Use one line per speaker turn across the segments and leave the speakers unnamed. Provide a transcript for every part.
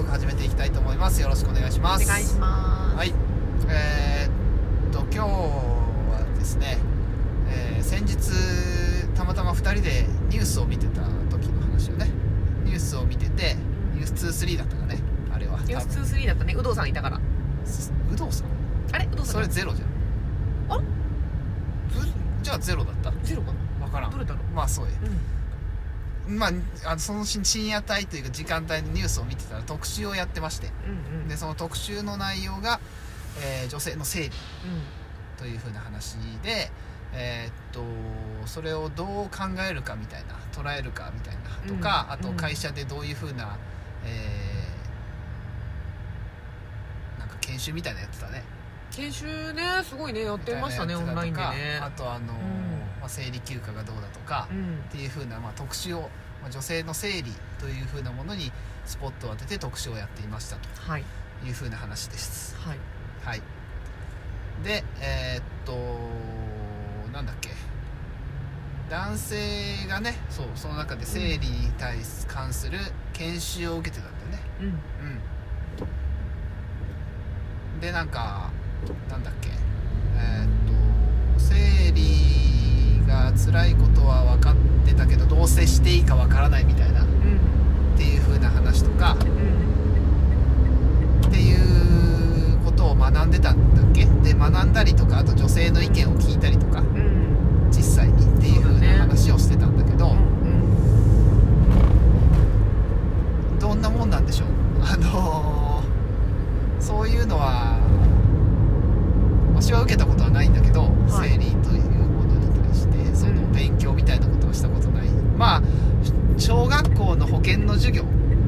ーク始めていきたいと思います。よろしくお願いします。
お願いします。
はい。今日はですね、先日たまたま2人でニュースを見てた時の話をね、ニュースを見てて、ニュース2、3だったかね、あれは
ニュース2、3だったね。有働さんいたから。
有働さん
あれ有働さん
それゼロじゃん。
あれ
じゃあゼロだった。
ゼロかな、
わからん。
どれだろう。
まあそうや、まあ、その深夜帯というか時間帯のニュースを見てたら特集をやってまして、でその特集の内容が、女性の生理という風な話で、それをどう考えるかみたいな、捉えるかみたいなとか、あと会社でどういう風な、なんか研修みたいなやってたね。
研修ね、すごいね、やってましたね、オンラインでね。
あと生理休暇がどうだとか、っていう風な、特集を、女性の生理という風なものにスポットを当てて特集をやっていましたという風な話です。
はい、
はい、でなんだっけ、男性がね、その中で生理に関する研修を受けてたんだよね。でなんかなんだっけ、生理が辛いことは分かってたけどどうせしていいか分からないみたいな、っていう風な話とか、っていうことを学んでたんだっけ。で学んだりとか、あと女性の意見を聞いたりとか、実際にっていう風な話をしてたんだけど、どんなもんなんでしょう。そういうのは私は受けたことはないんだけど、生理というものに対してその勉強みたいなことはしたことない。小学校の保健の授業、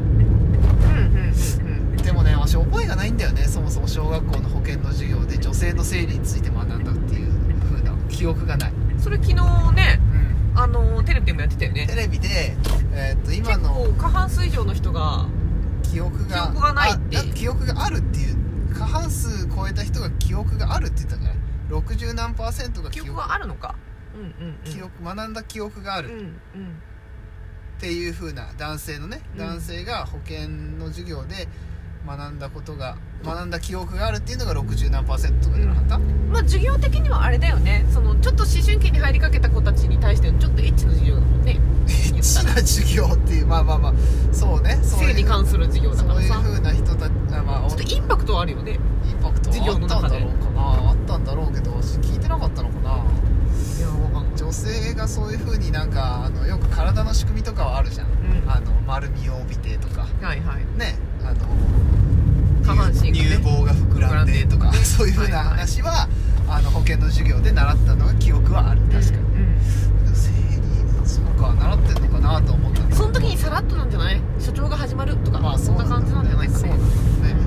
でもね、私覚えがないんだよね。そもそも小学校の保健の授業で女性の生理について学んだっていう風な記憶がない。
それ昨日ね、テレビでもやってたよね。
テレビで、今の
結構過半数以上の人が
記憶がないって、記憶があるっていう、過半数超えた人が記憶があるって言ったんじゃない。60何%が
記憶があるのか、
学んだ記憶がある、っていう風な男性のね、男性が保健の授業で学んだ記憶があるっていうのが60何%とかじゃなかった。
授業的にはあれだよね、そのちょっと思春期に入りかけた子たちに対してのちょっとエッチな授業だもんね。
エッチな授業っていう、そうね、
性に関する授業だからさ、
そういう風な人たち、
ちょっとインパクトはあるよね。
インパクトはあったんだろうかな、あったんだろうけど聞いてなかったのかな。
いや、わかんない。
女性がそういう風になんかよく体の仕組みとかはあるじゃん、丸みを帯びてとか、ね、
下半身がね、
乳房が膨らんでとか、そういう風な話は、保健の授業で習ったのが記憶はある。確かに、生理、そうか、習ってんのかなと思ったんだけど、
その時にさらっとなんじゃない、所長が始まるとか、そんな感じなんじゃないかね。
そうなんだろうね。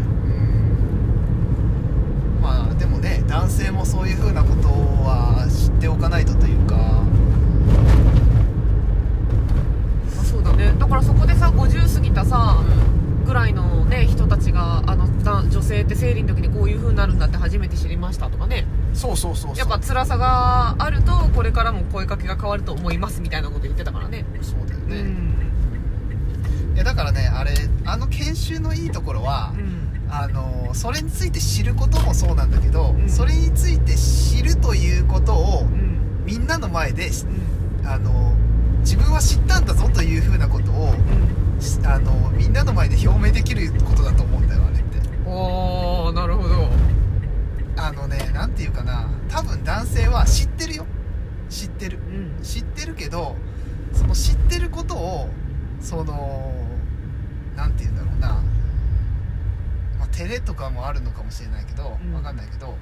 でもね、男性もそういう風なことは知っておかないとというか、
そうだね。だからそこでさ、50過ぎたさ、ぐらいのね、人たちが女性って生理の時にこういう風になるんだって初めて知りましたとかね。
そう
やっぱ辛さがあるとこれからも声かけが変わると思いますみたいなこと言ってたからね。
そうだよね。いやだからね、研修のいいところは、それについて知ることもそうなんだけど、それについて知るということを、みんなの前で、自分は知ったんだぞというふうなことを、みんなの前で表明できることだと思うんだよ、あれって。
おー、なるほど。
なんていうかな、多分男性は知ってるよ、知ってるけど、その知ってることをなんていうんだろうな、照れとかもあるのかもしれないけど、分かんないけど、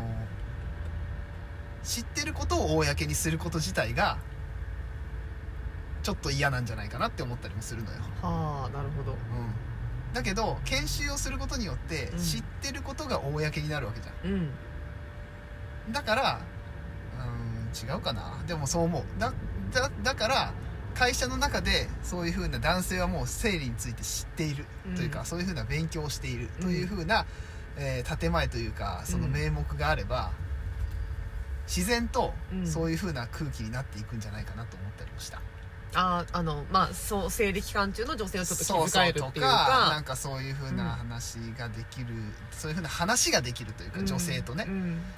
知ってることを公にすること自体がちょっと嫌なんじゃないかなって思ったりもするのよ。
はあ、なるほど。
だけど研修をすることによって知ってることが公になるわけじゃん、だから違うかな、でもそう思う。だから会社の中でそういう風な男性はもう生理について知っているというか、そういう風な勉強をしているという風な、建前というか、その名目があれば、自然とそういう風な空気になっていくんじゃないかなと思ったりもした。
まあそう生理期間中の女性をちょっと気遣えるっていうか、
なんかそういう風な話ができる、そういう風な話ができるというか、女性とね、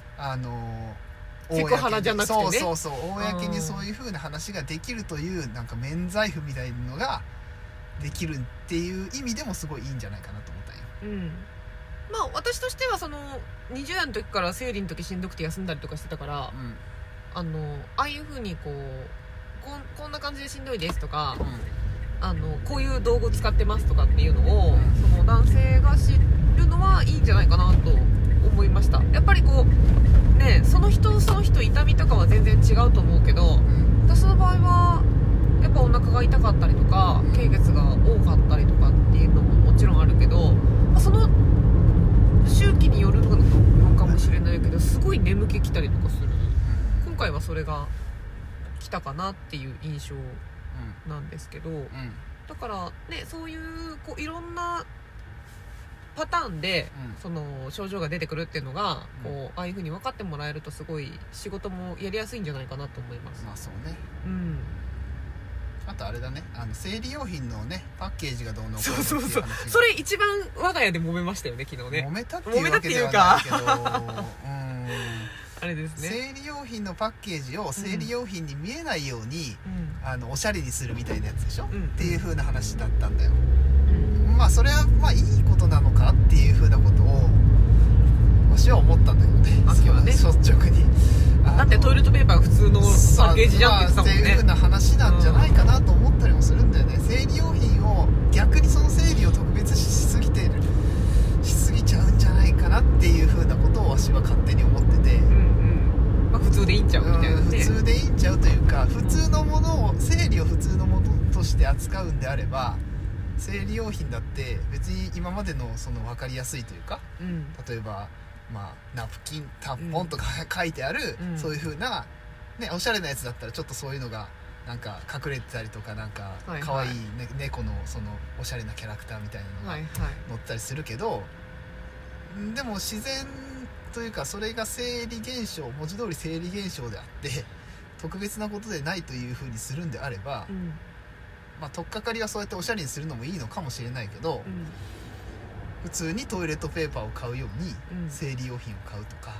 セクハラじゃなくてね、
そう公にそういう風な話ができるというなんか免罪符みたいなのができるっていう意味でもすごいいいんじゃないかなと思ったんよ。
まあ私としてはその20代の時から生理の時しんどくて休んだりとかしてたから、ああいう風にこんな感じでしんどいですとか、こういう道具使ってますとかっていうのを、その男性が知るのはいいんじゃないかなと思いました。やっぱりその人痛みとかは全然違うと思うけど、私の場合はやっぱお腹が痛かったりとか経血が多かったりとかっていうのももちろんあるけど、その周期によるのかもしれないけど、すごい眠気きたりとかする。今回はそれが来たかなっていう印象なんですけど、だからね、そういういろんなパターンで、その症状が出てくるっていうのがああいう風に分かってもらえるとすごい仕事もやりやすいんじゃないかなと思います。
まあそうね。あとあれだね、生理用品のねパッケージがどうのこうのっていう話が、
それ一番我が家で揉めましたよね、昨日ね。
揉めたっていうわけではないけど
あれですね、
生理用品のパッケージを生理用品に見えないように、おしゃれにするみたいなやつでしょ、っていう風な話だったんだよ。まあそれはまあいいことなのかっていう風なことを私は思ったんだけどね、率直に。
だってトイレットペーパーが普通のパッケージじゃんって言ってたもんね。
っていう風な話なんじゃないかなと思ったりもするんだよね。生理用品を逆にその生理を特別しすぎちゃうんじゃないかなっていう風なことを私は勝手に思ってて、
普通でいいんちゃうみたいな、
普通でいいんちゃうというか、普通のものを生理を普通のものとして扱うんであれば、生理用品だって別に今までのその分かりやすいというか、例えばナプキンタンポンとか書いてある、そういう風なね、おしゃれなやつだったらちょっとそういうのがなんか隠れてたりとか、なんか可愛い猫のそのおしゃれなキャラクターみたいなのが載ったりするけど、でも自然というかそれが生理現象、文字通り生理現象であって特別なことでないという風にするんであれば、取っかかりはそうやっておしゃれにするのもいいのかもしれないけど、普通にトイレットペーパーを買うように生理用品を買うとか、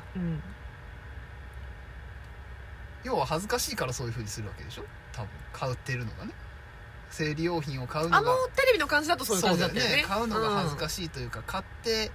要は恥ずかしいからそういう風にするわけでしょ、多分買ってるのがね。生理用品を買うのが
テレビの感じだとそういう感じだったよね。
買うのが恥ずかしいというか、買って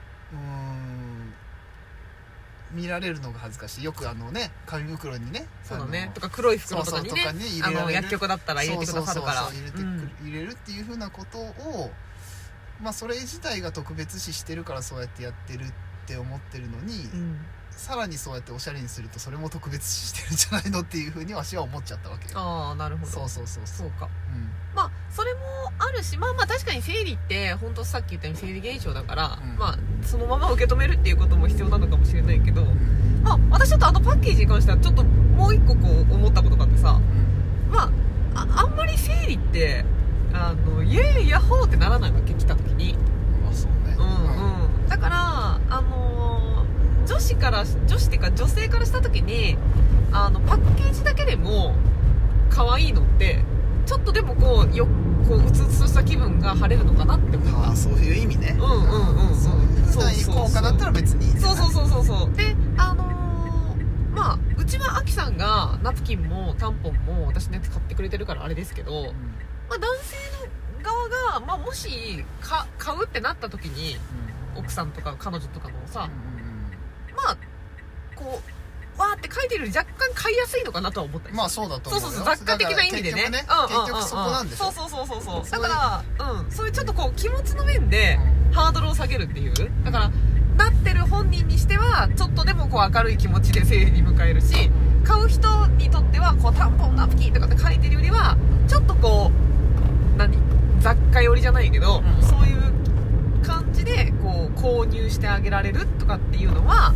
見られるのが恥ずかしい。よく紙袋にね、
そうだね、とか黒い袋とかにね、
入れられる、
薬局だったら入れてくださるから
入れるっていう風なことを、それ自体が特別視してるからそうやってやってるって思ってるのに、さらにそうやっておしゃれにするとそれも特別視してるんじゃないのっていう風に私は思っちゃったわけよ。
ああ、なるほど。
そう
か。それもあるし、確かに生理って本当さっき言ったように生理現象だから、そのまま受け止めるっていうことも必要なのかもしれないけど、私ちょっとパッケージに関してはちょっともう一個思ったことがあってさ、あんまり生理ってイエーイヤッホーってならないわけ、来た時に。
そうね。
だから女子っていうか女性からした時にパッケージだけでも可愛いのってちょっとでもうつうつとした気分が晴れるのかなって思った。
そういう意味ね。そういう効果だったら別にいいんじゃない。
そうでうちはアキさんがナプキンもタンポンも私のやつ買ってくれてるからあれですけど、男性の側が、もし買うってなった時に、奥さんとか彼女とかのさ、わーって書いてるより若干買いやすいのかなとは思ったり。
そうだと思うよ。
雑貨的な意味でね。
結局そこなんでしょ。
そうだからそういうちょっと気持ちの面でハードルを下げるっていう。だからなってる本人にしてはちょっとでも明るい気持ちで生理に迎えるし、買う人にとってはタンポンナプキンとかって書いてるよりはちょっと雑貨寄りじゃないけど、そういう感じで購入してあげられるとかっていうのは、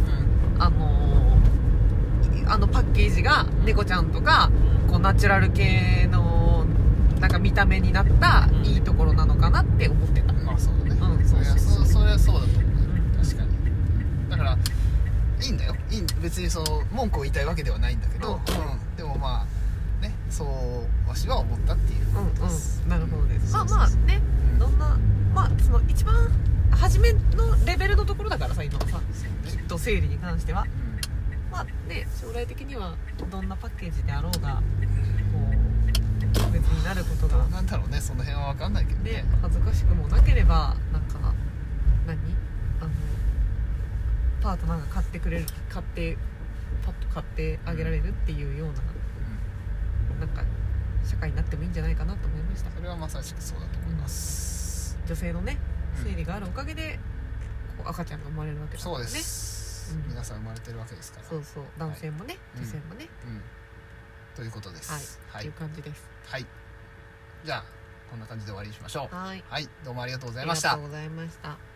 パッケージが猫ちゃんとかナチュラル系のなんか見た目になったいいところなのかなって思ってた。
そうだね。それはそうだと思う。確かに。だからいいんだよ。別にその文句を言いたいわけではないんだけど、でもそうわしは思ったっていうことです。
なるほどです。まあね、どんなその一番初めのレベルのところだからさ今はさ、きっと生理に関しては、まあね将来的にはどんなパッケージであろうがこう別になることが
なんだろうね、その辺は分かんないけどね。
恥ずかしくもなければなんかパートナーが買ってパッと買ってあげられるっていうような、なんか社会になってもいいんじゃないかなと思いました。
それはまさしくそうだと思います。
女性のね生理があるおかげでこう赤ちゃんが生まれるわけだからね。
そうです、皆さん生まれてるわけですから。
そう男性もね、女性もね、
ということです。
はい、という感じです。
はい、じゃあこんな感じで終わりにしましょう。
はい、
どうもありがとうございました。
ありがとうございました。